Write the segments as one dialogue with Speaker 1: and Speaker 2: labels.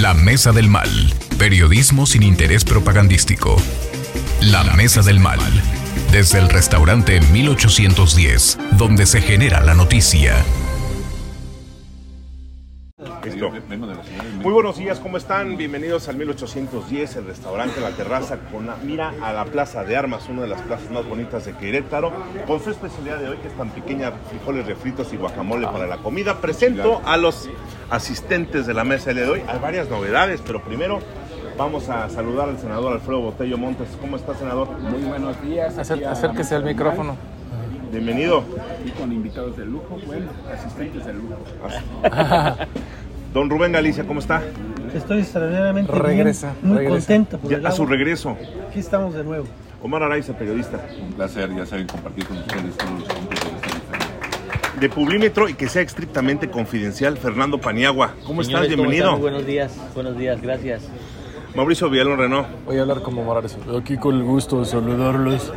Speaker 1: La Mesa del Mal. Periodismo sin interés propagandístico. La Mesa del Mal. Desde el restaurante 1810, donde se genera la noticia.
Speaker 2: Listo. Muy buenos días, ¿cómo están? Bienvenidos al 1810, el restaurante La Terraza, con la mira a la Plaza de Armas, una de las plazas más bonitas de Querétaro, con su especialidad de hoy, que es tan pequeña, frijoles refritos y guacamole para la comida. Presento a los asistentes de la mesa de hoy. Hay varias novedades, pero primero vamos a saludar al senador Alfredo Botello Montes. ¿Cómo está, senador?
Speaker 3: Muy buenos días.
Speaker 4: Acérquese al micrófono.
Speaker 2: Bienvenido.
Speaker 3: Y con invitados de lujo, bueno, asistentes de lujo.
Speaker 2: Don Rubén Galicia, ¿cómo está?
Speaker 5: Estoy extraordinariamente
Speaker 4: Regresa,
Speaker 5: muy
Speaker 4: regresa.
Speaker 5: contento por
Speaker 2: Ya, a su regreso.
Speaker 5: Aquí estamos de nuevo.
Speaker 2: Omar Araiza, periodista.
Speaker 6: Un placer, ya saben, compartir con ustedes todos los puntos de vista diferentes.
Speaker 2: De Publímetro y que sea estrictamente confidencial, Fernando Paniagua. ¿Cómo estás? Bienvenido.
Speaker 7: Buenos días, gracias.
Speaker 2: Mauricio Villalón Renault.
Speaker 4: Voy a hablar como Morales. Aquí con el gusto de saludarlos.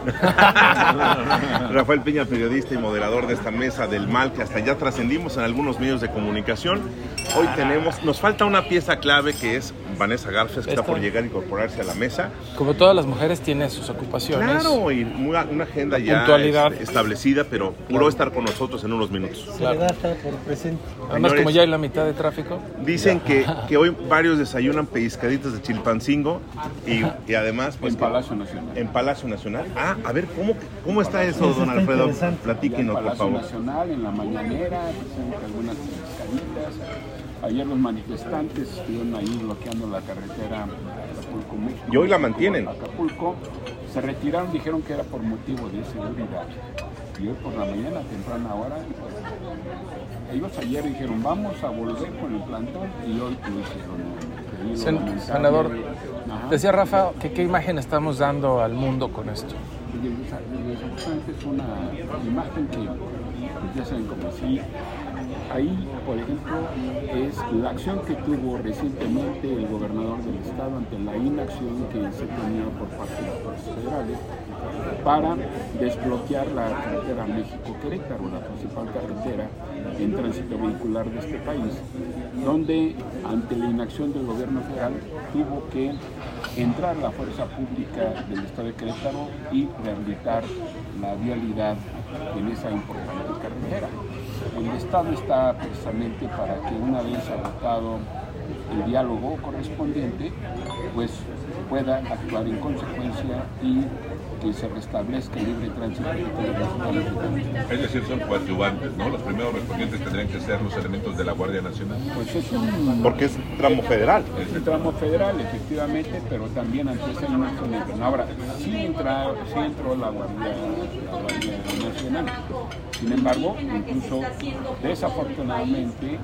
Speaker 2: Rafael Piña, periodista y moderador de esta mesa del mal, que hasta ya trascendimos en algunos medios de comunicación. Hoy nos falta una pieza clave, que es Vanessa Garfes, que está por llegar a incorporarse a la mesa.
Speaker 4: Como todas las mujeres, tiene sus ocupaciones.
Speaker 2: Claro, y una agenda ya
Speaker 4: puntualidad
Speaker 2: establecida, pero pudo estar con nosotros en unos minutos.
Speaker 5: Soledad está por presente.
Speaker 4: Además, como ya hay la mitad de tráfico.
Speaker 2: Dicen que hoy varios desayunan pellizcaditas de Chilpancingo y además pues,
Speaker 3: en Palacio Nacional.
Speaker 2: En Palacio Nacional. Ver, ¿cómo está eso, don Alfredo? Platíquenos,
Speaker 3: en
Speaker 2: por favor.
Speaker 3: Palacio Nacional, en la mañanera, algunas pescaditas. Ayer los manifestantes estuvieron ahí bloqueando la carretera Acapulco, México.
Speaker 2: ¿Y hoy la mantienen?
Speaker 3: Acapulco. Se retiraron, dijeron que era por motivo de seguridad. Y hoy por la mañana, temprana hora, ellos ayer dijeron, vamos a volver con el plantón, y hoy lo hicieron.
Speaker 4: Senador, decía Rafa que qué imagen estamos dando al mundo con esto.
Speaker 3: Desafortunadamente es una imagen que ya saben como si ahí, por ejemplo, es la acción que tuvo recientemente el gobernador del estado ante la inacción que se tenía por parte de las fuerzas federales para desbloquear la carretera México-Querétaro, la principal carretera en tránsito vehicular de este país, donde ante la inacción del gobierno federal tuvo que entrar la fuerza pública del estado de Querétaro y rehabilitar la vialidad en esa importante carretera. El estado está precisamente para que, una vez agotado el diálogo correspondiente, pues pueda actuar en consecuencia y que se restablezca el libre tránsito de todos los ciudadanos.
Speaker 6: Es decir, son coadyuvantes, ¿no? Los primeros respondientes tendrían que ser los elementos de la Guardia Nacional.
Speaker 3: Pues es
Speaker 2: Porque es tramo federal.
Speaker 3: Es un tramo federal, efectivamente, pero también ante esa imagen entran. Ahora, sí entró la Guardia Nacional. Sin embargo, incluso desafortunadamente,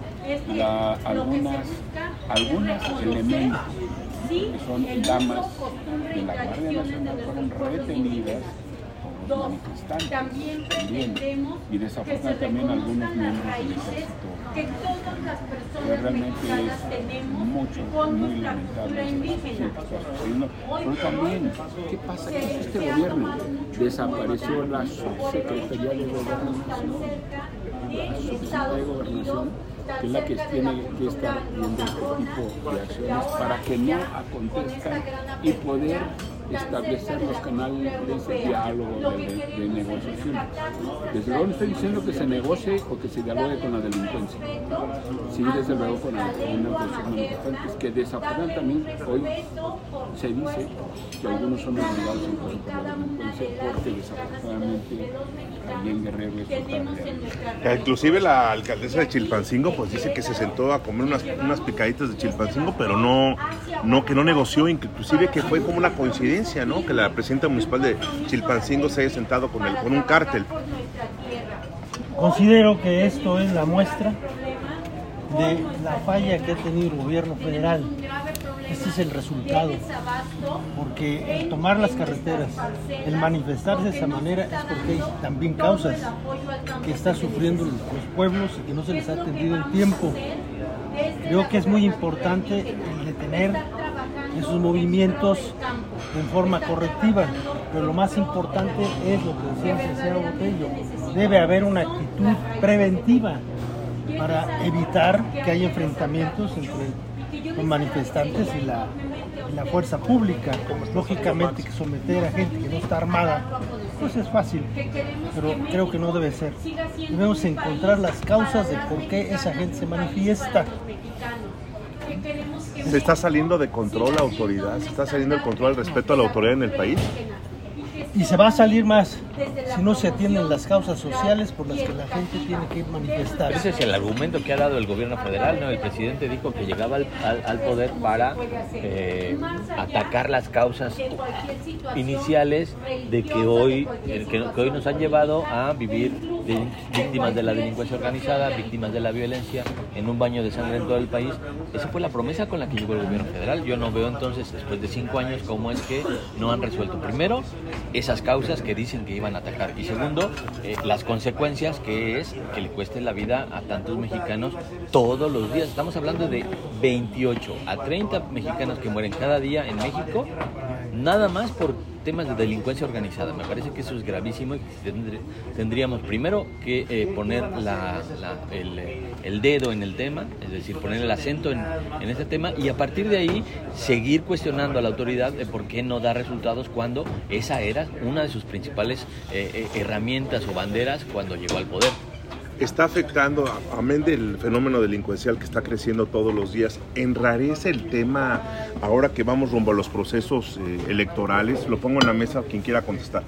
Speaker 3: algunos elementos que son damas de la Guardia Nacional fueron retenidas por los manifestantes también, y desafortunadamente también algunos miembros del ejército. Realmente es muy lamentable esa situación que está sucediendo. Pero también, ¿qué pasa con este gobierno? Desapareció la subsecretaría de Gobernación. La subsecretaría de Gobernación, que es la que tiene que estar viendo este tipo de acciones para que no acontezcan y poder establecer los canales de diálogo, de negociación. Desde luego no estoy diciendo que se negocie o que se dialogue con la delincuencia. Sí, desde luego con algunos de esos manifestantes, que desafortunadamente también hoy se dice que algunos son obligados incluso por la delincuencia, porque desafortunadamente allí en Guerrero es total.
Speaker 2: Inclusive la alcaldesa de Chilpancingo pues dice que se sentó a comer unas picaditas de Chilpancingo, pero que no negoció, inclusive que fue como una coincidencia, ¿no? Que la presidenta municipal de Chilpancingo se haya sentado con un cártel.
Speaker 5: Considero que esto es la muestra de la falla que ha tenido el gobierno federal. Este es el resultado, porque el tomar las carreteras, el manifestarse de esa manera, es porque hay también causas que están sufriendo los pueblos y que no se les ha atendido en tiempo. Creo que es muy importante el detener esos movimientos en forma correctiva, pero lo más importante es lo que decía el licenciado Botello: debe haber una actitud preventiva para evitar que haya enfrentamientos entre los manifestantes y la fuerza pública. Lógicamente que someter a gente que no está armada, pues es fácil, pero creo que no debe ser. Debemos encontrar las causas de por qué esa gente se manifiesta.
Speaker 2: ¿Se está saliendo de control la autoridad? ¿Se está saliendo de control el respeto a la autoridad en el país?
Speaker 5: Y se va a salir más si no se atienden las causas sociales por las que la gente tiene que manifestar.
Speaker 7: Ese es el argumento que ha dado el gobierno federal, ¿no? El presidente dijo que llegaba al poder para atacar las causas iniciales de que hoy nos han llevado a vivir víctimas de la delincuencia organizada, víctimas de la violencia, en un baño de sangre en todo el país. Esa fue la promesa con la que llegó el gobierno federal. Yo no veo entonces, después de 5 años, cómo es que no han resuelto. Primero, esas causas que dicen que iban a atacar. Y segundo, las consecuencias, que es que le cueste la vida a tantos mexicanos todos los días. Estamos hablando de 28 a 30 mexicanos que mueren cada día en México, nada más por temas de delincuencia organizada. Me parece que eso es gravísimo y tendríamos primero que poner el dedo en el tema, es decir, poner el acento en este tema, y a partir de ahí seguir cuestionando a la autoridad de por qué no da resultados cuando esa era una de sus principales herramientas o banderas cuando llegó al poder.
Speaker 2: Está afectando, amén del fenómeno delincuencial que está creciendo todos los días, enrarece el tema ahora que vamos rumbo a los procesos electorales. Lo pongo en la mesa, quien quiera contestar.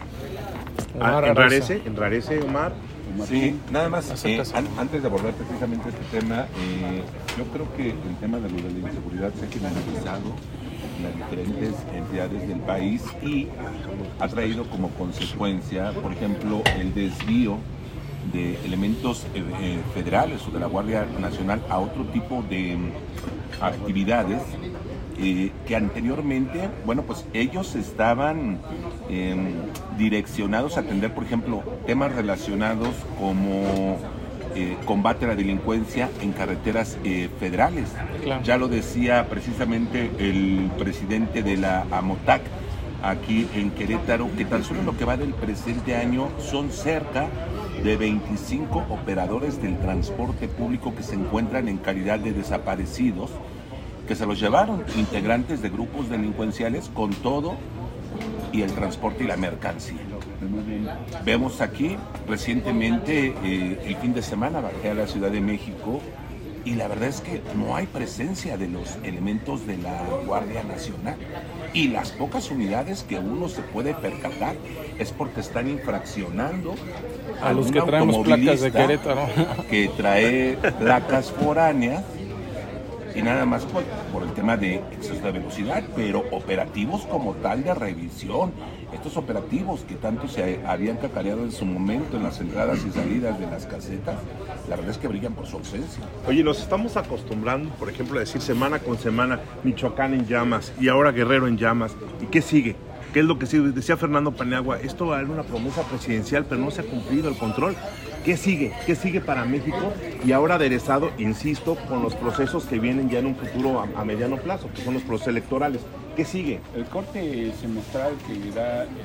Speaker 2: ¿Enrarece, Omar?
Speaker 6: Sí, nada más, antes de abordar precisamente este tema, yo creo que el tema de la inseguridad se ha generalizado en las diferentes entidades del país y ha traído como consecuencia, por ejemplo, el desvío de elementos federales o de la Guardia Nacional a otro tipo de actividades que anteriormente, bueno, pues ellos estaban direccionados a atender, por ejemplo, temas relacionados como combate a la delincuencia en carreteras federales. Claro. Ya lo decía precisamente el presidente de la AMOTAC aquí en Querétaro, que tan solo en lo que va del presente año son cerca de 25 operadores del transporte público que se encuentran en calidad de desaparecidos, que se los llevaron integrantes de grupos delincuenciales con todo y el transporte y la mercancía. Vemos aquí recientemente, el fin de semana bajé a la Ciudad de México y la verdad es que no hay presencia de los elementos de la Guardia Nacional, y las pocas unidades que uno se puede percatar es porque están infraccionando
Speaker 4: a los que traemos placas de Querétaro,
Speaker 6: que trae placas foráneas y nada más por el tema de exceso de velocidad, pero operativos como tal de revisión, estos operativos que tanto se habían cacareado en su momento en las entradas y salidas de las casetas, la verdad es que brillan por su ausencia.
Speaker 2: Oye, nos estamos acostumbrando, por ejemplo, a decir semana con semana, Michoacán en llamas y ahora Guerrero en llamas. ¿Y qué sigue? ¿Qué es lo que sigue? Decía Fernando Paniagua, esto era una promesa presidencial, pero no se ha cumplido el control. ¿Qué sigue? ¿Qué sigue para México? Y ahora aderezado, insisto, con los procesos que vienen ya en un futuro a mediano plazo, que son los procesos electorales. ¿Qué sigue?
Speaker 3: El corte semestral que da el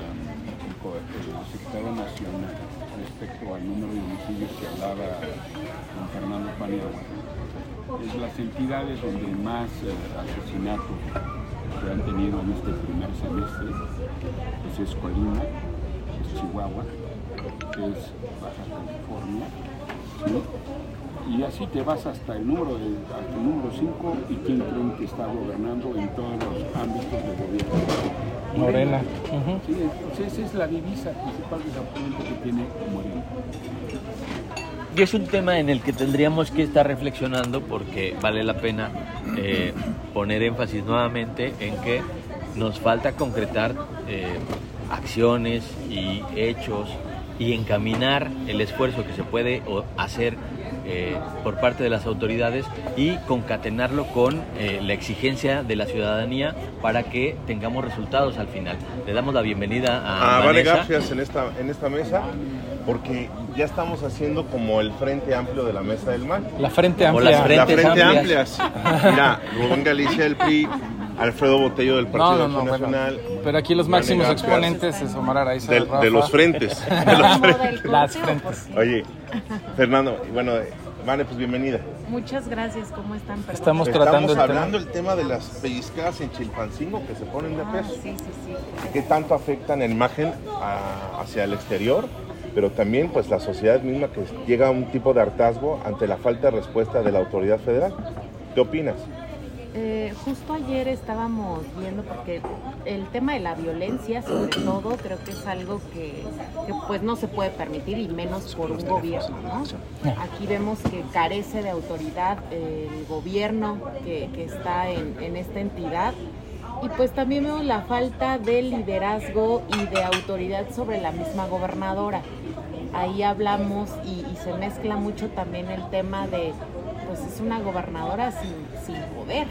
Speaker 3: Secretario Nacional respecto al número de homicidios que hablaba con Fernando Paniagua es las entidades donde más asesinatos que han tenido en este primer semestre, pues es Colima, es Chihuahua, es Baja California, ¿sí? Y así te vas hasta el número 5, y quién creen que está gobernando en todos los ámbitos de gobierno.
Speaker 4: Morena.
Speaker 3: Sí, esa es la divisa principal desafortunadamente que tiene Morena.
Speaker 7: Y es un tema en el que tendríamos que estar reflexionando, porque vale la pena poner énfasis nuevamente en que nos falta concretar acciones y hechos y encaminar el esfuerzo que se puede hacer por parte de las autoridades y concatenarlo con la exigencia de la ciudadanía para que tengamos resultados al final. Le damos la bienvenida a
Speaker 2: Vane Garfias en esta mesa, porque ya estamos haciendo como el Frente Amplio de la Mesa del Mal.
Speaker 4: La Frente Amplia.
Speaker 7: O las Frentes
Speaker 2: Amplias. Mira, Rubén Galicia del PRI, Alfredo Botello del Partido Nacional.
Speaker 4: Bueno, pero aquí los máximos exponentes es Omar Araiza,
Speaker 2: de los frentes.
Speaker 4: Las frentes.
Speaker 2: Oye, Fernando, bueno, Vale, pues bienvenida.
Speaker 8: Muchas gracias, ¿cómo están? Perdón.
Speaker 4: Estamos
Speaker 2: hablando el tema de las pellizcadas en Chilpancingo que se ponen de peso.
Speaker 8: Sí.
Speaker 2: ¿Qué tanto afectan la imagen hacia el exterior? Pero también pues la sociedad misma, que llega a un tipo de hartazgo ante la falta de respuesta de la autoridad federal. ¿Qué opinas?
Speaker 8: Justo ayer estábamos viendo, porque el tema de la violencia, sobre todo, creo que es algo que pues no se puede permitir, y menos por un gobierno, ¿no? Aquí vemos que carece de autoridad el gobierno que está en esta entidad, y pues también vemos la falta de liderazgo y de autoridad sobre la misma gobernadora. Ahí hablamos y se mezcla mucho también el tema de, pues es una gobernadora sin poder,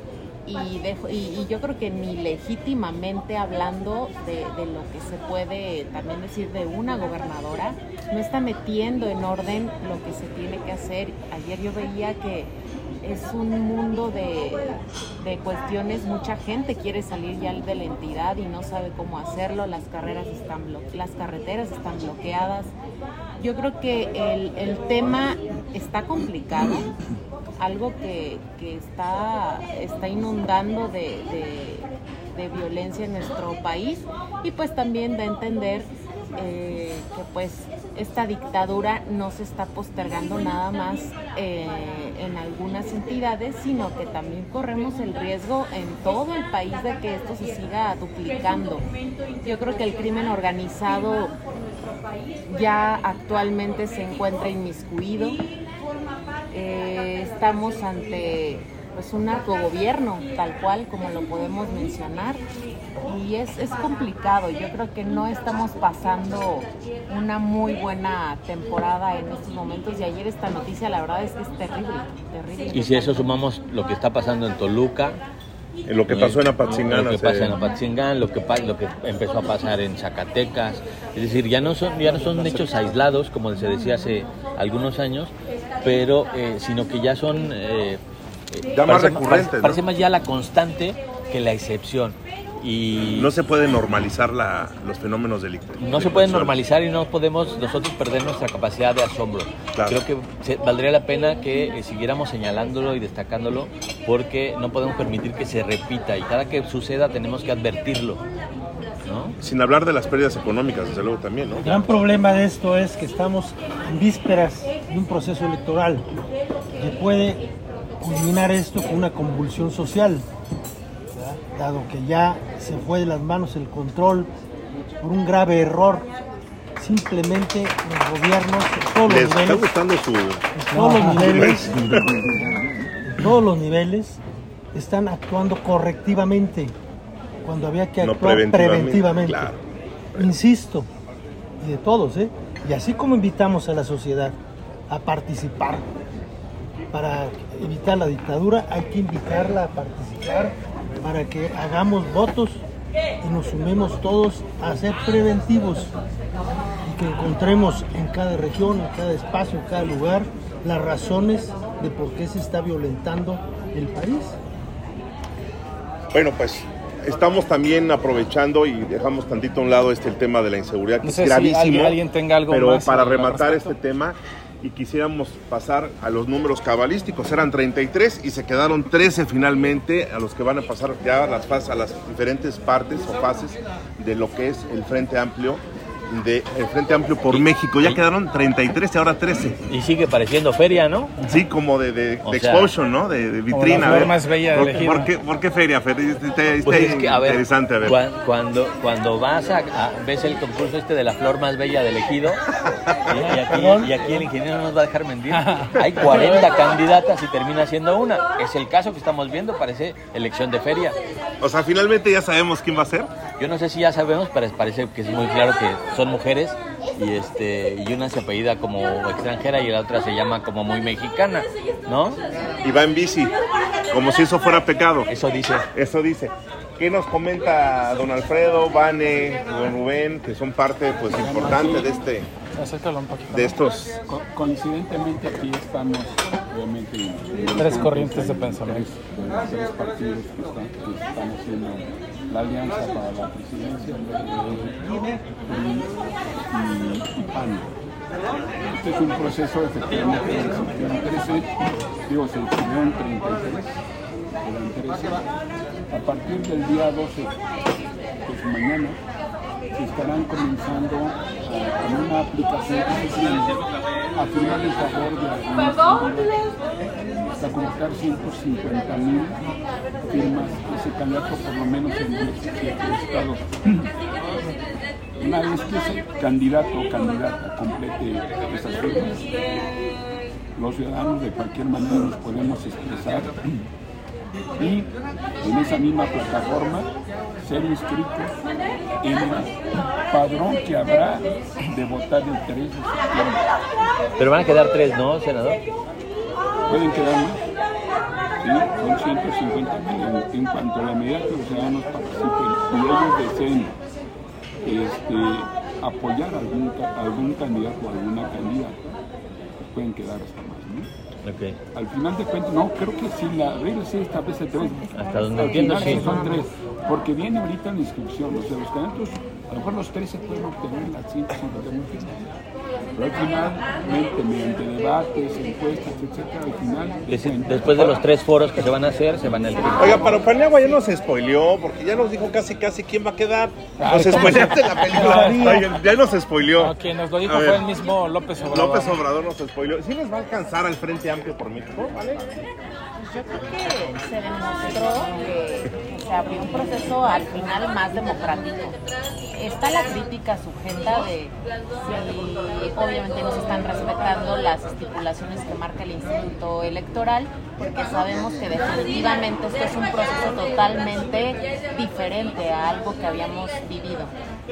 Speaker 8: y yo creo que ni legítimamente hablando de lo que se puede también decir de una gobernadora, no está metiendo en orden lo que se tiene que hacer. Ayer yo veía que es un mundo de cuestiones, mucha gente quiere salir ya de la entidad y no sabe cómo hacerlo, las carreteras están bloqueadas. Yo creo que el tema está complicado, algo que está inundando de violencia en nuestro país, y pues también da a entender que pues esta dictadura no se está postergando nada más en algunas entidades, sino que también corremos el riesgo en todo el país de que esto se siga duplicando. Yo creo que el crimen organizado ya actualmente se encuentra inmiscuido. Estamos ante pues un narcogobierno, tal cual como lo podemos mencionar, y es complicado. Yo creo que no estamos pasando una muy buena temporada en estos momentos, y ayer esta noticia la verdad es que es terrible.
Speaker 7: Y si eso sumamos lo que está pasando en Toluca,
Speaker 2: lo que pasó en Apatzingán,
Speaker 7: lo que empezó a pasar en Zacatecas, es decir, ya no son hechos aislados como se decía hace algunos años, pero sino que ya son
Speaker 2: ya más recurrentes, ¿no?
Speaker 7: Parece más ya la constante que la excepción. Y
Speaker 2: no se puede normalizar los fenómenos delictivos.
Speaker 7: No se pueden normalizar, y no podemos nosotros perder nuestra capacidad de asombro. Claro. Creo que valdría la pena que siguiéramos señalándolo y destacándolo, porque no podemos permitir que se repita, y cada que suceda tenemos que advertirlo, ¿no?
Speaker 2: Sin hablar de las pérdidas económicas, desde luego también, ¿no?
Speaker 5: El gran problema de esto es que estamos en vísperas de un proceso electoral que puede culminar esto con una convulsión social, dado que ya se fue de las manos el control por un grave error. Simplemente los gobiernos de todos los niveles,
Speaker 2: está gustando
Speaker 5: todos los niveles están actuando correctivamente cuando había que actuar preventivamente. Claro. Insisto, y de todos, y así como invitamos a la sociedad a participar para evitar la dictadura, hay que invitarla a participar para que hagamos votos y nos sumemos todos a ser preventivos, y que encontremos en cada región, en cada espacio, en cada lugar, las razones de por qué se está violentando el país.
Speaker 2: Bueno, pues estamos también aprovechando, y dejamos tantito a un lado el tema de la inseguridad, que no sé, es gravísimo,
Speaker 4: si alguien tenga algo
Speaker 2: pero
Speaker 4: más
Speaker 2: para rematar este tema, y quisiéramos pasar a los números cabalísticos. Eran 33 y se quedaron 13 finalmente, a los que van a pasar ya a las diferentes partes o fases de lo que es el Frente Amplio, el Frente Amplio por México. Ya quedaron 33 y ahora 13.
Speaker 7: Y sigue pareciendo feria, ¿no?
Speaker 2: Sí, como de exposition, ¿no? De vitrina.
Speaker 4: La flor más bella del ejido.
Speaker 2: ¿Por qué feria, Fer?
Speaker 7: Pues es que, a ver,
Speaker 2: interesante, a ver.
Speaker 7: Cuando vas ves el concurso de la flor más bella del ejido, y aquí el ingeniero no nos va a dejar mentir. Hay 40 candidatas y termina siendo una. Es el caso que estamos viendo, parece elección de feria.
Speaker 2: O sea, finalmente ya sabemos quién va a ser.
Speaker 7: Yo no sé si ya sabemos, pero parece que es muy claro que son mujeres, y una se apellida como extranjera y la otra se llama como muy mexicana, ¿no?
Speaker 2: Y va en bici, como si eso fuera pecado.
Speaker 7: Eso dice.
Speaker 2: ¿Qué nos comenta don Alfredo, Vane, don Rubén, que son parte pues importante de estos?
Speaker 3: Coincidentemente aquí estamos obviamente
Speaker 4: tres corrientes de pensamiento.
Speaker 3: Tres partidos que están haciendo la alianza para la presidencia, PRI y PAN. Este es un proceso efectivamente de selección 13, digo, selección 33, quedan 13. A partir del día 12, pues mañana, se estarán comenzando con una aplicación que se llama a firmar en favor de algunos hasta conectar 150,000 firmas que se candidato por lo menos en 17 estados. Una vez que ese candidato o candidata complete esas firmas, los ciudadanos de cualquier manera nos podemos expresar y en esa misma plataforma ser inscritos en el padrón que habrá de votar el 3 de septiembre.
Speaker 7: Pero van a quedar 3, ¿no, senador?
Speaker 3: Pueden quedar más. Sí, son 150,000 en cuanto a la medida que los ciudadanos participen y ellos deseen apoyar algún candidato o alguna candidata, pues pueden quedar hasta más, ¿no?
Speaker 7: Okay.
Speaker 3: Al final de cuentas, no, creo que sí, la regla sí establece 3.
Speaker 7: Hasta donde entiendo, sí.
Speaker 3: Son 3, porque viene ahorita la inscripción, o sea, los candidatos, a lo mejor los 3 se pueden obtener las 150,000 firmas. Pero al final, mediante debates, encuestas, etcétera, al final...
Speaker 7: Después de los 3 foros que se van a hacer, se van a elegir.
Speaker 2: Oiga, pero Paniagua ya nos spoileó, porque ya nos dijo casi quién va a quedar. Nos spoileaste la película. Oigan, ya nos spoileó.
Speaker 4: No, quien nos lo dijo fue el mismo López Obrador.
Speaker 2: López Obrador nos spoileó. ¿Sí les va a alcanzar al Frente Amplio por México? ¿Vale?
Speaker 8: Yo creo que se demostró que se abrió un proceso al final más democrático. Está la crítica a su agenda de si obviamente no se están respetando las estipulaciones que marca el Instituto Electoral, porque sabemos que definitivamente esto es un proceso totalmente diferente a algo que habíamos vivido.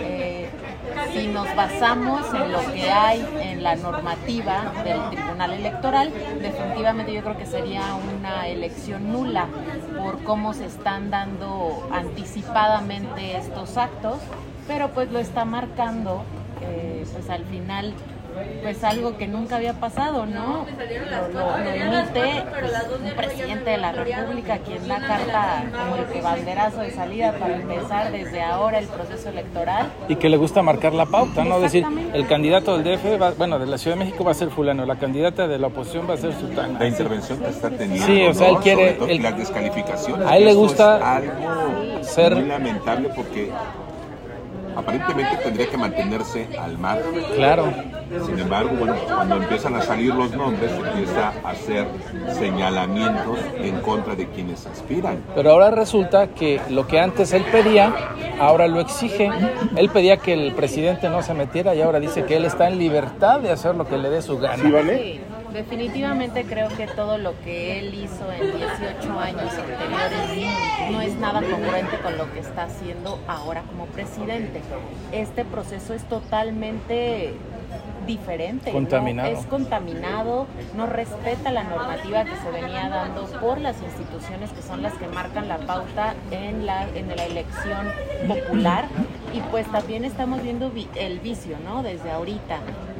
Speaker 8: Si nos basamos en lo que hay en la normativa del Tribunal Electoral, definitivamente yo creo que sería una elección nula por cómo se están dando anticipadamente estos actos, pero pues lo está marcando pues al final pues algo que nunca había pasado, ¿no? Lo emite pues, un presidente de la República, quien da carta como el que banderazo de salida para empezar desde ahora el proceso electoral.
Speaker 4: Y que le gusta marcar la pauta, ¿no? Decir, el candidato del DF, de la Ciudad de México va a ser fulano, la candidata de la oposición va a ser sutana.
Speaker 6: La intervención que está teniendo,
Speaker 4: sí, o sea, él quiere...
Speaker 6: las descalificaciones.
Speaker 4: A él le gusta
Speaker 6: algo
Speaker 4: ser...
Speaker 6: muy lamentable porque... aparentemente tendría que mantenerse al margen.
Speaker 4: Claro.
Speaker 6: Sin embargo, bueno, cuando empiezan a salir los nombres, empieza a hacer señalamientos en contra de quienes aspiran.
Speaker 4: Pero ahora resulta que lo que antes él pedía, ahora lo exige. Él pedía que el presidente no se metiera y ahora dice que él está en libertad de hacer lo que le dé su gana.
Speaker 2: ¿Sí, vale?
Speaker 8: Sí. Definitivamente creo que todo lo que él hizo en 18 años anteriores no es nada congruente con lo que está haciendo ahora como presidente. Este proceso es totalmente diferente,
Speaker 4: contaminado.
Speaker 8: ¿no? Es contaminado, no respeta la normativa que se venía dando por las instituciones que son las que marcan la pauta en la elección popular, y pues también estamos viendo el vicio, ¿no? Desde ahorita.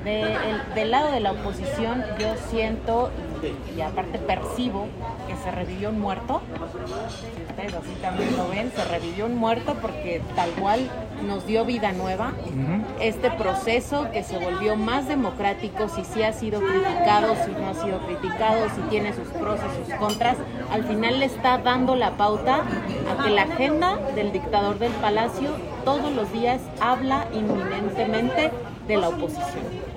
Speaker 8: Del lado de la oposición yo siento y aparte percibo que se revivió un muerto. Si ustedes así también lo ven, se revivió un muerto porque tal cual nos dio vida nueva. Este proceso que se volvió más democrático, si sí ha sido criticado, si no ha sido criticado, si tiene sus pros y sus contras, al final le está dando la pauta a que la agenda del dictador del Palacio todos los días habla inminentemente de la oposición.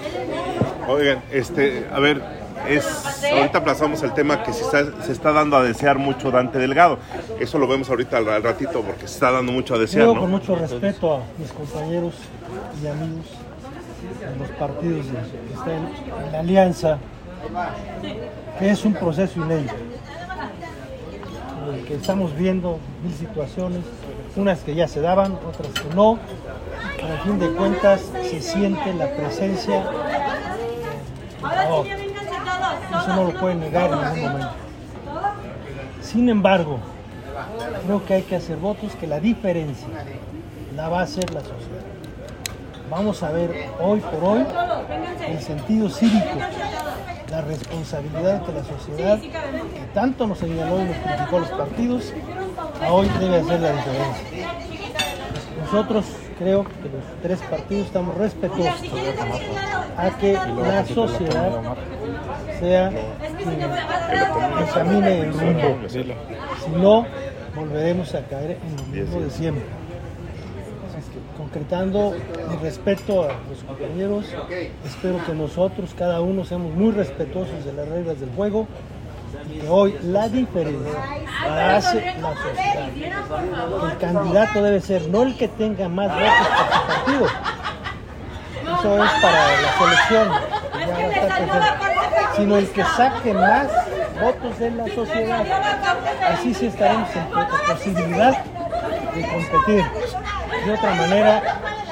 Speaker 2: Oigan, a ver, ahorita aplazamos el tema que se está dando a desear mucho Dante Delgado. Eso lo vemos ahorita al ratito porque se está dando mucho a desear,
Speaker 5: Yo,
Speaker 2: ¿no?
Speaker 5: con mucho respeto a mis compañeros y amigos de los partidos que están en la alianza, que es un proceso inédito. Que estamos viendo mil situaciones, unas que ya se daban, otras que no, pero al fin de cuentas se siente la presencia del dictador. Eso no lo pueden negar en ningún momento. Sin embargo, creo que hay que hacer votos que la diferencia la va a hacer la sociedad. Vamos a ver hoy por hoy el sentido cívico, la responsabilidad que la sociedad, que tanto nos señaló y nos criticó a los partidos, a hoy debe hacer la diferencia. Nosotros creo que los tres partidos estamos respetuosos a que la sociedad sea quien examine el rumbo. Si no, volveremos a caer en lo mismo de siempre. Así es que, concretando mi respeto a los compañeros, espero que nosotros, cada uno, seamos muy respetuosos de las reglas del juego. Que hoy la diferencia la hace la sociedad. El candidato debe ser no el que tenga más votos para su partido. Eso es para la selección, sino el que saque más votos de la sociedad. Así sí estaremos en posibilidad de competir. De otra manera,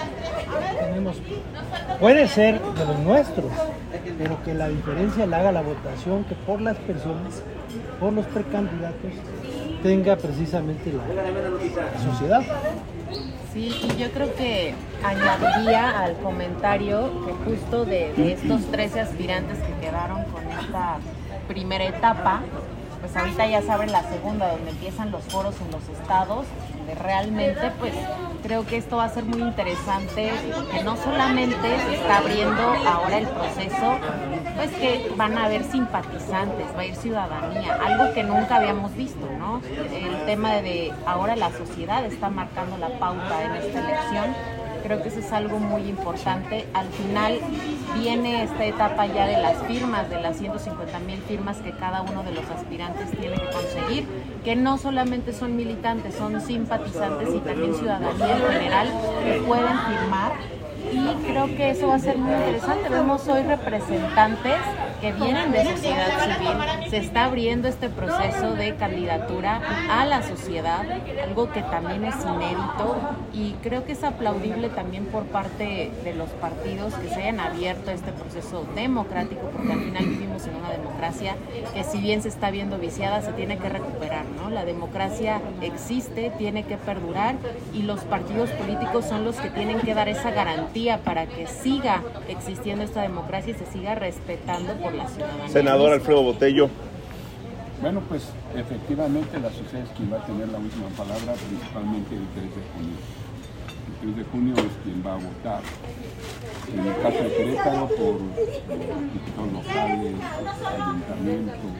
Speaker 5: puede ser de los nuestros, pero que la diferencia la haga la votación, que por las personas, por los precandidatos, tenga precisamente la sociedad.
Speaker 8: Sí, y yo creo que añadiría al comentario que justo de estos 13 aspirantes que quedaron con esta primera etapa, pues ahorita ya se abre la segunda, donde empiezan los foros en los estados, donde realmente pues creo que esto va a ser muy interesante, que no solamente se está abriendo ahora el proceso, pues que van a haber simpatizantes, va a ir ciudadanía, algo que nunca habíamos visto, ¿no? El tema de ahora la sociedad está marcando la pauta en esta elección. Creo que eso es algo muy importante. Al final viene esta etapa ya de las firmas, de las 150,000 firmas que cada uno de los aspirantes tiene que conseguir, que no solamente son militantes, son simpatizantes y también ciudadanía en general que pueden firmar. Y creo que eso va a ser muy interesante. Vemos hoy representantes que vienen de sociedad civil. Se está abriendo este proceso de candidatura a la sociedad, algo que también es inédito y creo que es aplaudible también por parte de los partidos que se hayan abierto a este proceso democrático, porque al final vivimos en una democracia que, si bien se está viendo viciada, se tiene que recuperar, ¿no? La democracia existe, tiene que perdurar y los partidos políticos son los que tienen que dar esa garantía para que siga existiendo esta democracia y se siga respetando por la ciudadanía.
Speaker 2: Senador Alfredo Botello.
Speaker 3: Bueno, pues efectivamente la sociedad es quien va a tener la última palabra, principalmente el 3 de junio. El 3 de junio es quien va a votar. En el caso de Querétaro, por diputados locales, ayuntamientos,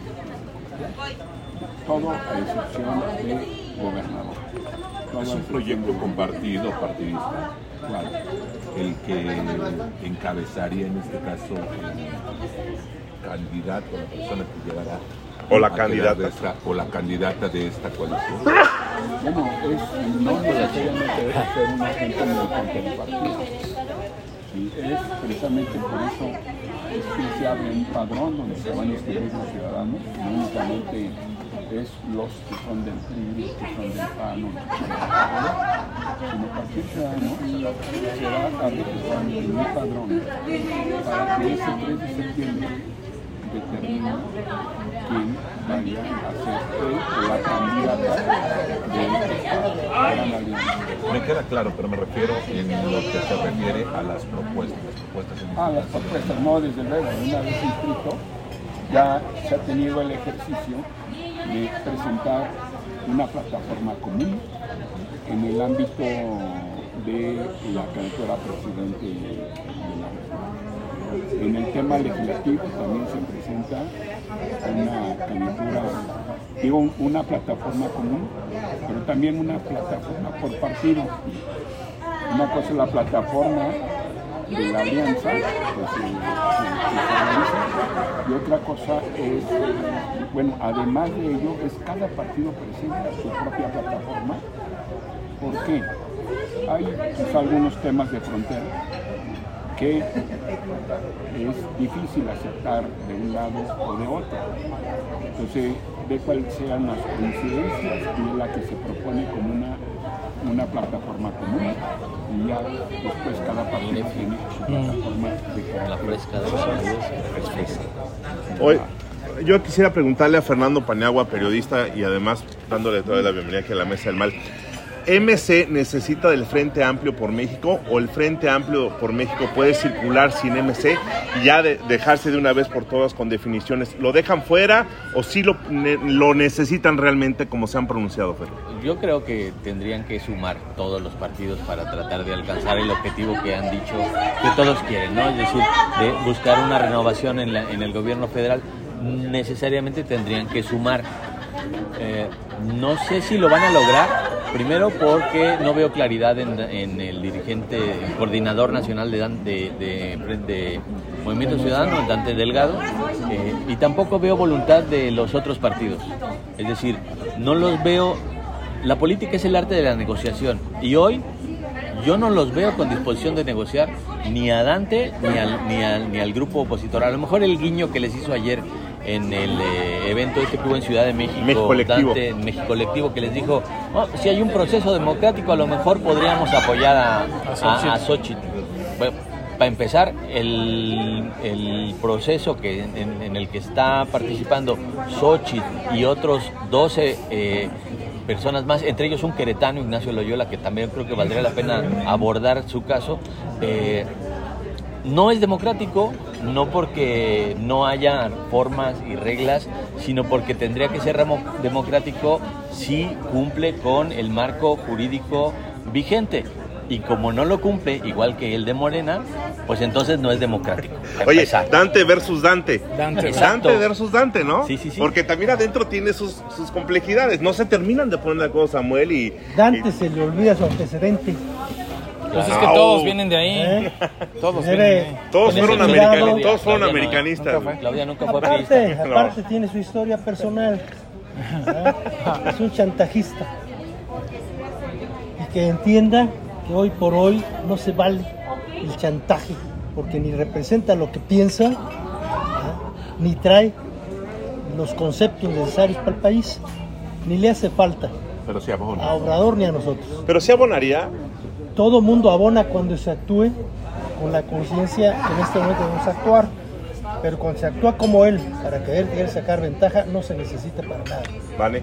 Speaker 3: todo a excepción de gobernador.
Speaker 6: Es un proyecto compartido, partidista.
Speaker 3: Claro.
Speaker 6: El que encabezaría en este caso el candidato, la persona que llegará
Speaker 2: o la candidata
Speaker 6: o la candidata de esta coalición.
Speaker 3: Bueno, no necesariamente debe ser una gente militante del partido. Sí, es precisamente por eso es que se abre un padrón donde se van a inscribir los ciudadanos, no únicamente es los que son del PRI, los que son del PAN, los que son del PAN, sino cualquier ciudadano será a registrar en un padrón para que ese 3 de septiembre determine quién vaya a ser la candidata de Gran Alianza.
Speaker 6: Me queda claro, pero me refiero en lo que se refiere a las propuestas.
Speaker 3: Las propuestas, no, desde luego, una vez inscrito, ya se ha tenido el ejercicio de presentar una plataforma común en el ámbito de la candidatura a presidente de la República. En el tema legislativo también se presenta una candidatura, una plataforma común, pero también una plataforma por partido. Una cosa es la plataforma de la alianza que se realiza, y otra cosa es, bueno, además de ello, es cada partido presenta su propia plataforma. ¿Por qué? Hay quizá algunos temas de frontera que es difícil aceptar de un lado o de otro. Entonces, de cuáles sean las coincidencias y la que se propone como una plataforma común, y ya después cada partido tiene su plataforma de
Speaker 7: la fresca de los
Speaker 2: Hoy, yo quisiera preguntarle a Fernando Paniagua, periodista y además dándole toda la bienvenida aquí a la Mesa del Mal. ¿MC necesita del Frente Amplio por México o el Frente Amplio por México puede circular sin MC y ya dejarse de una vez por todas con definiciones? ¿Lo dejan fuera o sí lo necesitan realmente como se han pronunciado, Fer?
Speaker 7: Yo creo que tendrían que sumar todos los partidos para tratar de alcanzar el objetivo que han dicho que todos quieren, ¿no? Es decir, de buscar una renovación en el gobierno federal. Necesariamente tendrían que sumar. No sé si lo van a lograr, primero porque no veo claridad en el dirigente, el coordinador nacional de Movimiento Ciudadano, Dante Delgado, y tampoco veo voluntad de los otros partidos. Es decir, no los veo. La política es el arte de la negociación y hoy yo no los veo con disposición de negociar ni a Dante ni al grupo opositor. A lo mejor el guiño que les hizo ayer en el evento que hubo en Ciudad de México, Dante, en México Colectivo, que les dijo, si hay un proceso democrático, a lo mejor podríamos apoyar a Xochitl. Bueno, para empezar, el proceso en el que está participando Xochitl y otros 12 personas más, entre ellos un queretano, Ignacio Loyola, que también creo que valdría la pena abordar su caso, no es democrático, no porque no haya formas y reglas, sino porque tendría que ser democrático si cumple con el marco jurídico vigente. Y como no lo cumple, igual que el de Morena, pues entonces no es democrático.
Speaker 2: Oye, Dante versus Dante.
Speaker 7: Dante
Speaker 2: versus Dante, ¿no?
Speaker 7: Sí.
Speaker 2: Porque también adentro tiene sus complejidades. No se terminan de poner de acuerdo Samuel y...
Speaker 5: Dante se le olvida su antecedente.
Speaker 4: Pues es que todos vienen de ahí. Todos vienen de ahí.
Speaker 2: Todos fueron americanistas.
Speaker 7: Claudia nunca fue periodista.
Speaker 5: Aparte tiene su historia personal. Es un chantajista. Y que entienda que hoy por hoy no se vale el chantaje, porque ni representa lo que piensa, ni trae los conceptos necesarios para el país, ni le hace falta a Obrador ni a nosotros.
Speaker 2: Pero sí abonaría.
Speaker 5: Todo mundo abona cuando se actúe con la conciencia que en este momento debemos actuar, pero cuando se actúa como él, para querer sacar ventaja, no se necesita para nada.
Speaker 2: Vale.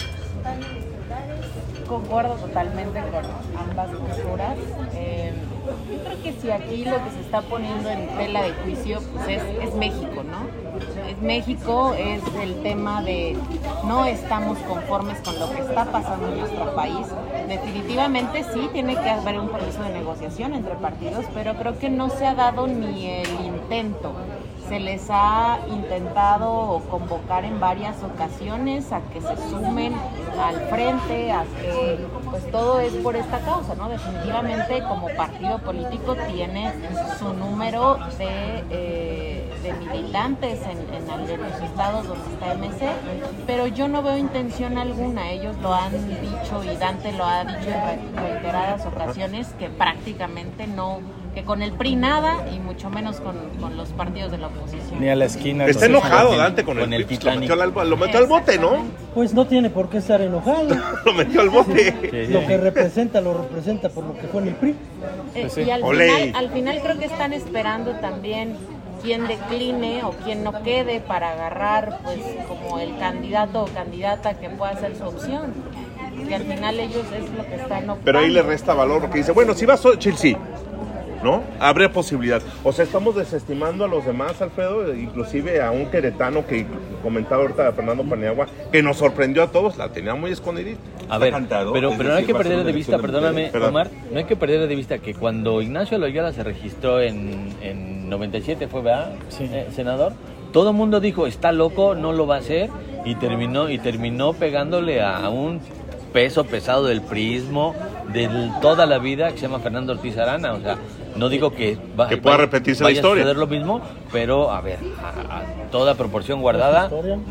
Speaker 8: Concuerdo totalmente con ambas posturas. Yo creo que si aquí lo que se está poniendo en tela de juicio pues es México, ¿no? Es México, es el tema de no estamos conformes con lo que está pasando en nuestro país. Definitivamente sí tiene que haber un proceso de negociación entre partidos, pero creo que no se ha dado ni el intento. Se les ha intentado convocar en varias ocasiones a que se sumen al frente, a que pues todo es por esta causa, ¿no? Definitivamente como partido político tiene su número de militantes en algunos estados donde está MC, pero yo no veo intención alguna. Ellos lo han dicho y Dante lo ha dicho en reiteradas ocasiones que prácticamente no, que con el PRI nada y mucho menos con los partidos de la oposición.
Speaker 4: Ni a la esquina.
Speaker 2: Está enojado Dante con el PRI, lo metió al bote, ¿no?
Speaker 5: Pues no tiene por qué estar enojado.
Speaker 2: Lo metió al bote.
Speaker 5: Lo que representa, lo representa por lo que fue en el PRI.
Speaker 8: Y al final creo que están esperando también quién decline o quién no quede para agarrar pues como el candidato o candidata que pueda ser su opción. Que al final ellos es lo que están optando.
Speaker 2: Pero ahí le resta valor porque dice, bueno, si va Xochitl, sí, ¿no? Habría posibilidad. O sea, estamos desestimando a los demás, Alfredo, inclusive a un queretano que comentaba ahorita, Fernando Paniagua, que nos sorprendió a todos, la tenía muy escondidita.
Speaker 7: A ver, pero no hay que perder de vista, perdóname, Omar, no hay que perder de vista que cuando Ignacio Loyola se registró en 97, fue, ¿verdad? Sí. Senador, todo el mundo dijo, está loco, no lo va a hacer, y terminó pegándole a un peso pesado del priismo de toda la vida, que se llama Fernando Ortiz Arana. O sea, no digo que
Speaker 2: pueda repetirse la historia,
Speaker 7: a suceder lo mismo, pero a ver, a toda proporción guardada,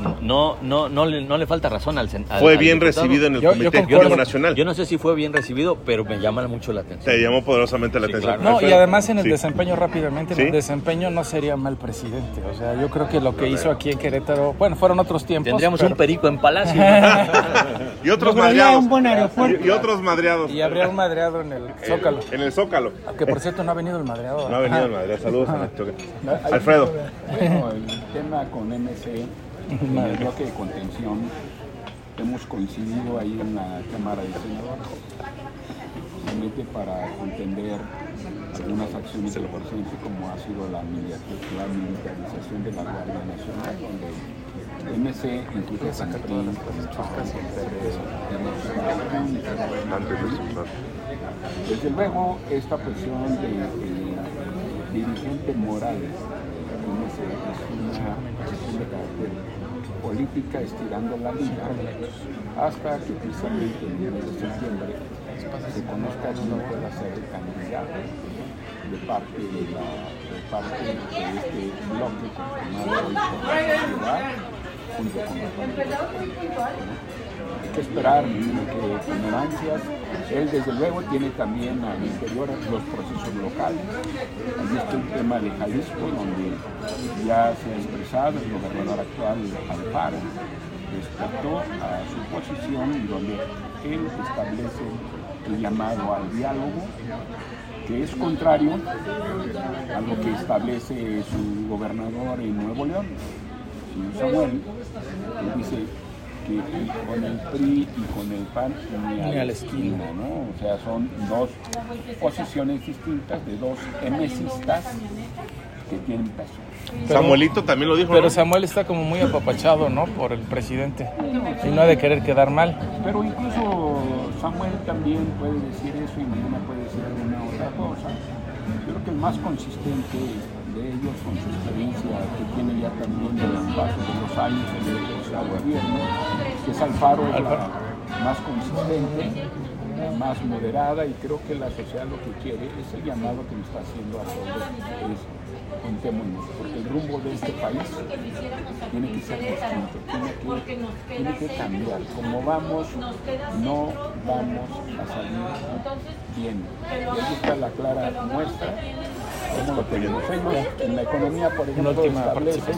Speaker 7: no le falta razón al
Speaker 2: Fue bien recibido en el Comité Ejecutivo Nacional.
Speaker 7: Yo no sé si fue bien recibido, pero me llama mucho la atención.
Speaker 2: Te llamó poderosamente la atención.
Speaker 4: Claro. No, y además en el desempeño, rápidamente, en el desempeño no sería mal presidente. O sea, yo creo que lo que hizo aquí en Querétaro, bueno, fueron otros tiempos.
Speaker 7: Tendríamos un perico en Palacio.
Speaker 2: Y otros madreados.
Speaker 5: Un buen aeropuerto.
Speaker 2: Y otros madreados.
Speaker 4: Y habría un madreado en el Zócalo.
Speaker 2: En el Zócalo.
Speaker 4: Que por cierto no ha venido el madreado.
Speaker 2: No ha venido el madreado. Saludos. Alfredo.
Speaker 3: Bueno, el tema con MC, en el bloque de contención, hemos coincidido ahí en la Cámara de Senadores, justamente para entender algunas acciones del presidente, como ha sido la militarización de la Guardia Nacional, donde MC incluso saca todas las cosas. Desde luego, esta presión de dirigente Morales MC es una cuestión de carácter política, estirando la liga hasta que precisamente en el mes de septiembre se conozca quién pueda ser el candidato de parte de este bloque conformado hoy por la sociedad junto con los partidos. Hay que esperar, que con ansias. Él desde luego tiene también al interior los procesos locales. Ahí está el tema de Jalisco, donde ya se ha expresado el gobernador actual Alfaro respecto a su posición, y donde él establece el llamado al diálogo, que es contrario a lo que establece su gobernador en Nuevo León, Samuel. Él dice que con el PRI y con el PAN ni a la esquina, ¿no? O sea, son dos posiciones distintas de dos emesistas que tienen peso.
Speaker 2: Samuelito también lo dijo.
Speaker 4: Pero ¿no? Samuel está como muy apapachado, ¿no? Por el presidente. Y no ha de querer quedar mal.
Speaker 3: Pero incluso Samuel también puede decir eso y Medina puede decir alguna otra cosa. Yo creo que el más consistente de ellos, con su experiencia que tiene ya también de los pasos de los años en el gobierno, que es Alfaro, la más consistente, la más moderada, y creo que la sociedad lo que quiere es el llamado que nos está haciendo a todos, es contémonos, porque el rumbo de este país tiene que ser distinto, tiene que cambiar. Como vamos, no vamos a salir bien. Y ahí está la clara muestra. ¿Cómo lo tenemos? Ellos en la economía, por ejemplo, establecen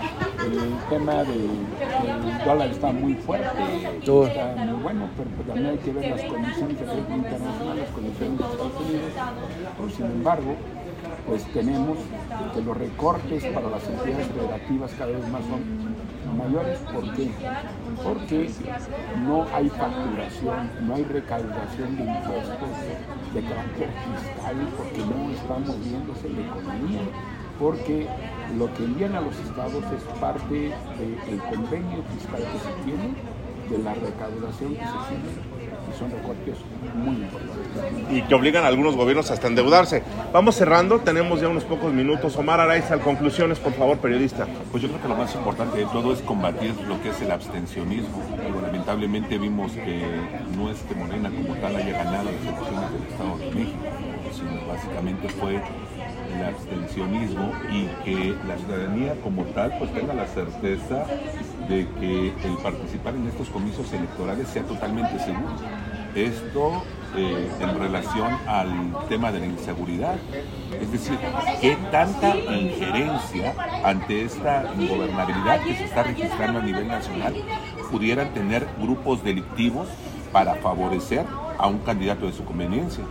Speaker 3: el tema del dólar está muy fuerte, está muy bueno, pero también hay que ver las condiciones de crédito internacional, las condiciones de Estados Unidos. Por sin embargo, pues tenemos que los recortes para las entidades federativas cada vez más son mayores. ¿Por qué? Porque no hay facturación, no hay recaudación de impuestos de carácter fiscal, porque no está moviéndose la economía, porque lo que envían a los estados es parte del convenio fiscal que se tiene, de la recaudación que se tiene, y son recortes muy importantes.
Speaker 2: Y que obligan a algunos gobiernos hasta endeudarse. Vamos cerrando, tenemos ya unos pocos minutos. Omar Araiza, conclusiones, por favor, periodista.
Speaker 6: Pues yo creo que lo más importante de todo es combatir lo que es el abstencionismo. Lamentablemente vimos que no es que Morena como tal haya ganado las elecciones del Estado de México, sino básicamente fue el abstencionismo, y que la ciudadanía como tal pues tenga la certeza de que el participar en estos comicios electorales sea totalmente seguro. Esto en relación al tema de la inseguridad, es decir, qué tanta injerencia ante esta ingobernabilidad que se está registrando a nivel nacional pudieran tener grupos delictivos para favorecer a un candidato de su conveniencia.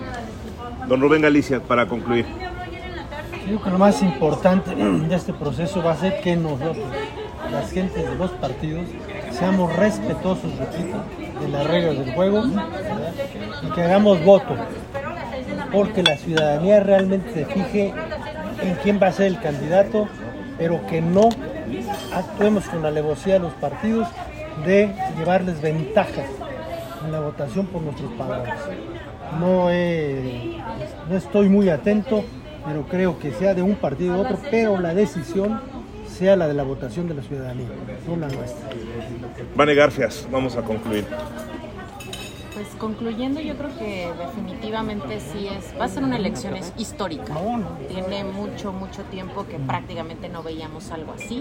Speaker 2: Don Rubén Galicia, para concluir.
Speaker 5: Yo creo que lo más importante de este proceso va a ser que nosotros, las gentes de los partidos, seamos respetuosos, repito, de las reglas del juego, ¿verdad? Y que hagamos voto, porque la ciudadanía realmente se fije en quién va a ser el candidato, pero que no actuemos con la alevosía de los partidos de llevarles ventajas en la votación por nuestros palabras. No estoy muy atento, pero creo que sea de un partido u otro, pero la decisión sea la de la votación de la ciudadanía, no la nuestra.
Speaker 2: Vane Garfias, vamos a concluir.
Speaker 8: Pues concluyendo, yo creo que definitivamente sí va a ser una elección histórica. Tiene mucho tiempo que prácticamente no veíamos algo así.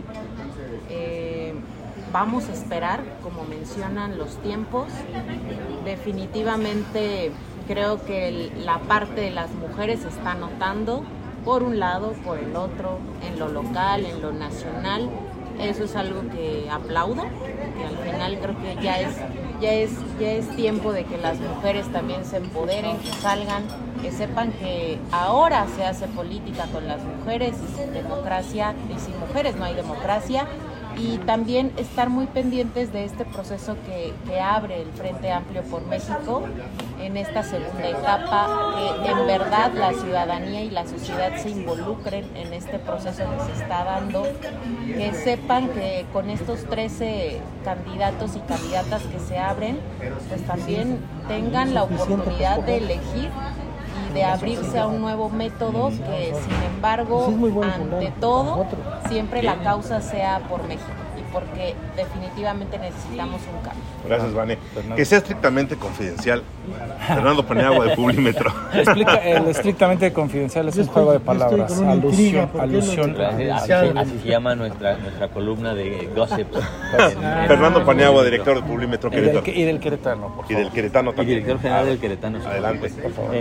Speaker 8: Vamos a esperar, como mencionan, los tiempos. Definitivamente creo que la parte de las mujeres se está notando, por un lado, por el otro, en lo local, en lo nacional. Eso es algo que aplaudo, que al final creo que ya es tiempo de que las mujeres también se empoderen, que salgan, que sepan que ahora se hace política con las mujeres, y sin democracia, y sin mujeres no hay democracia. y también estar muy pendientes de este proceso que abre el Frente Amplio por México en esta segunda etapa, que en verdad la ciudadanía y la sociedad se involucren en este proceso que se está dando, que sepan que con estos 13 candidatos y candidatas que se abren, pues también tengan la oportunidad de elegir y de abrirse a un nuevo método que, sin embargo, ante todo, siempre la causa sea por México y porque definitivamente necesitamos un cambio.
Speaker 2: Gracias, Vane. Que sea estrictamente confidencial. Fernando Paniagua, de Publimetro.
Speaker 4: El estrictamente confidencial es un juego de palabras. Alusión.
Speaker 7: Así se llama nuestra columna de gossip.
Speaker 2: Fernando Paniagua, director de Publimetro Querétaro.
Speaker 4: Y del Queretano, por favor.
Speaker 2: Y del Queretano también.
Speaker 7: Y director general del Queretano.
Speaker 2: Adelante, por favor.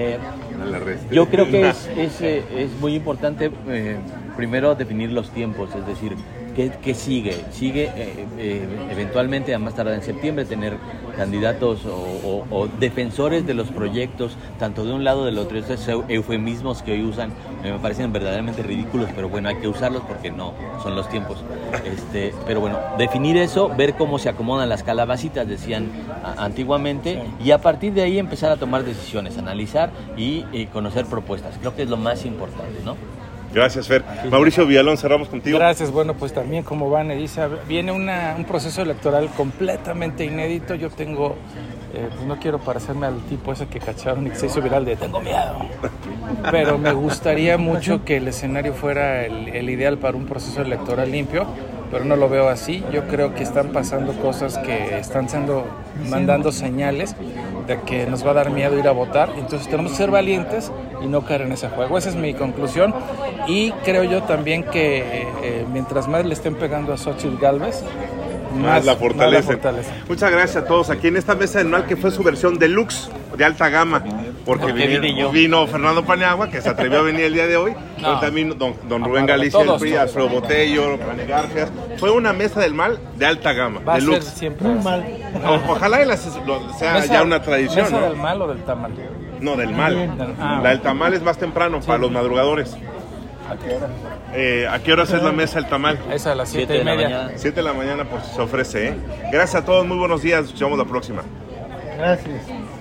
Speaker 7: Yo creo que es muy importante primero definir los tiempos, es decir, ¿qué sigue? Sigue eventualmente, a más tardar en septiembre, tener candidatos o defensores de los proyectos, tanto de un lado del otro. Esos eufemismos que hoy usan me parecen verdaderamente ridículos, pero bueno, hay que usarlos porque no son los tiempos. Pero bueno, definir eso, ver cómo se acomodan las calabacitas, decían antiguamente, y a partir de ahí empezar a tomar decisiones, analizar y conocer propuestas. Creo que es lo más importante, ¿no?
Speaker 2: Gracias, Fer. Mauricio Villalón, cerramos contigo.
Speaker 4: Gracias. Bueno, pues también, como Vane dice, viene un proceso electoral completamente inédito. Yo tengo, pues no quiero parecerme al tipo ese que cacharon y que se hizo viral de tengo miedo, pero me gustaría mucho que el escenario fuera el ideal para un proceso electoral limpio, pero no lo veo así. Yo creo que están pasando cosas que están mandando señales de que nos va a dar miedo ir a votar, entonces tenemos que ser valientes y no caer en ese juego. Esa es mi conclusión, y creo yo también que mientras más le estén pegando a Xóchitl Gálvez,
Speaker 2: más la fortalecen. Muchas gracias a todos aquí en esta mesa del mal, que fue su versión deluxe, de alta gama, porque vino Fernando Paniagua, que se atrevió a venir el día de hoy, pero también don Rubén Galicia, el PRI, Alfredo Botello, René Garfias. Fue una mesa del mal de alta gama,
Speaker 4: va
Speaker 2: deluxe.
Speaker 4: a ser siempre
Speaker 5: muy mal.
Speaker 2: Ojalá sea ya una tradición.
Speaker 4: ¿Mesa
Speaker 2: ¿no?
Speaker 4: del mal o del tamal?
Speaker 2: No, del mal. La del tamal es más temprano, para los madrugadores.
Speaker 4: ¿A qué hora?
Speaker 2: ¿A qué horas es la mesa del tamal?
Speaker 4: Es a las 7:30.
Speaker 2: 7 de la mañana, pues se ofrece, Gracias a todos, muy buenos días, nos escuchamos la próxima.
Speaker 5: Gracias.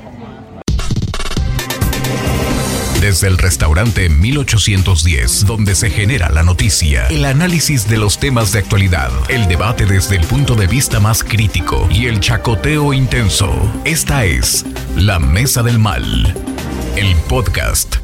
Speaker 1: Desde el restaurante 1810, donde se genera la noticia, el análisis de los temas de actualidad, el debate desde el punto de vista más crítico y el chacoteo intenso. Esta es La Mesa del Mal, el podcast.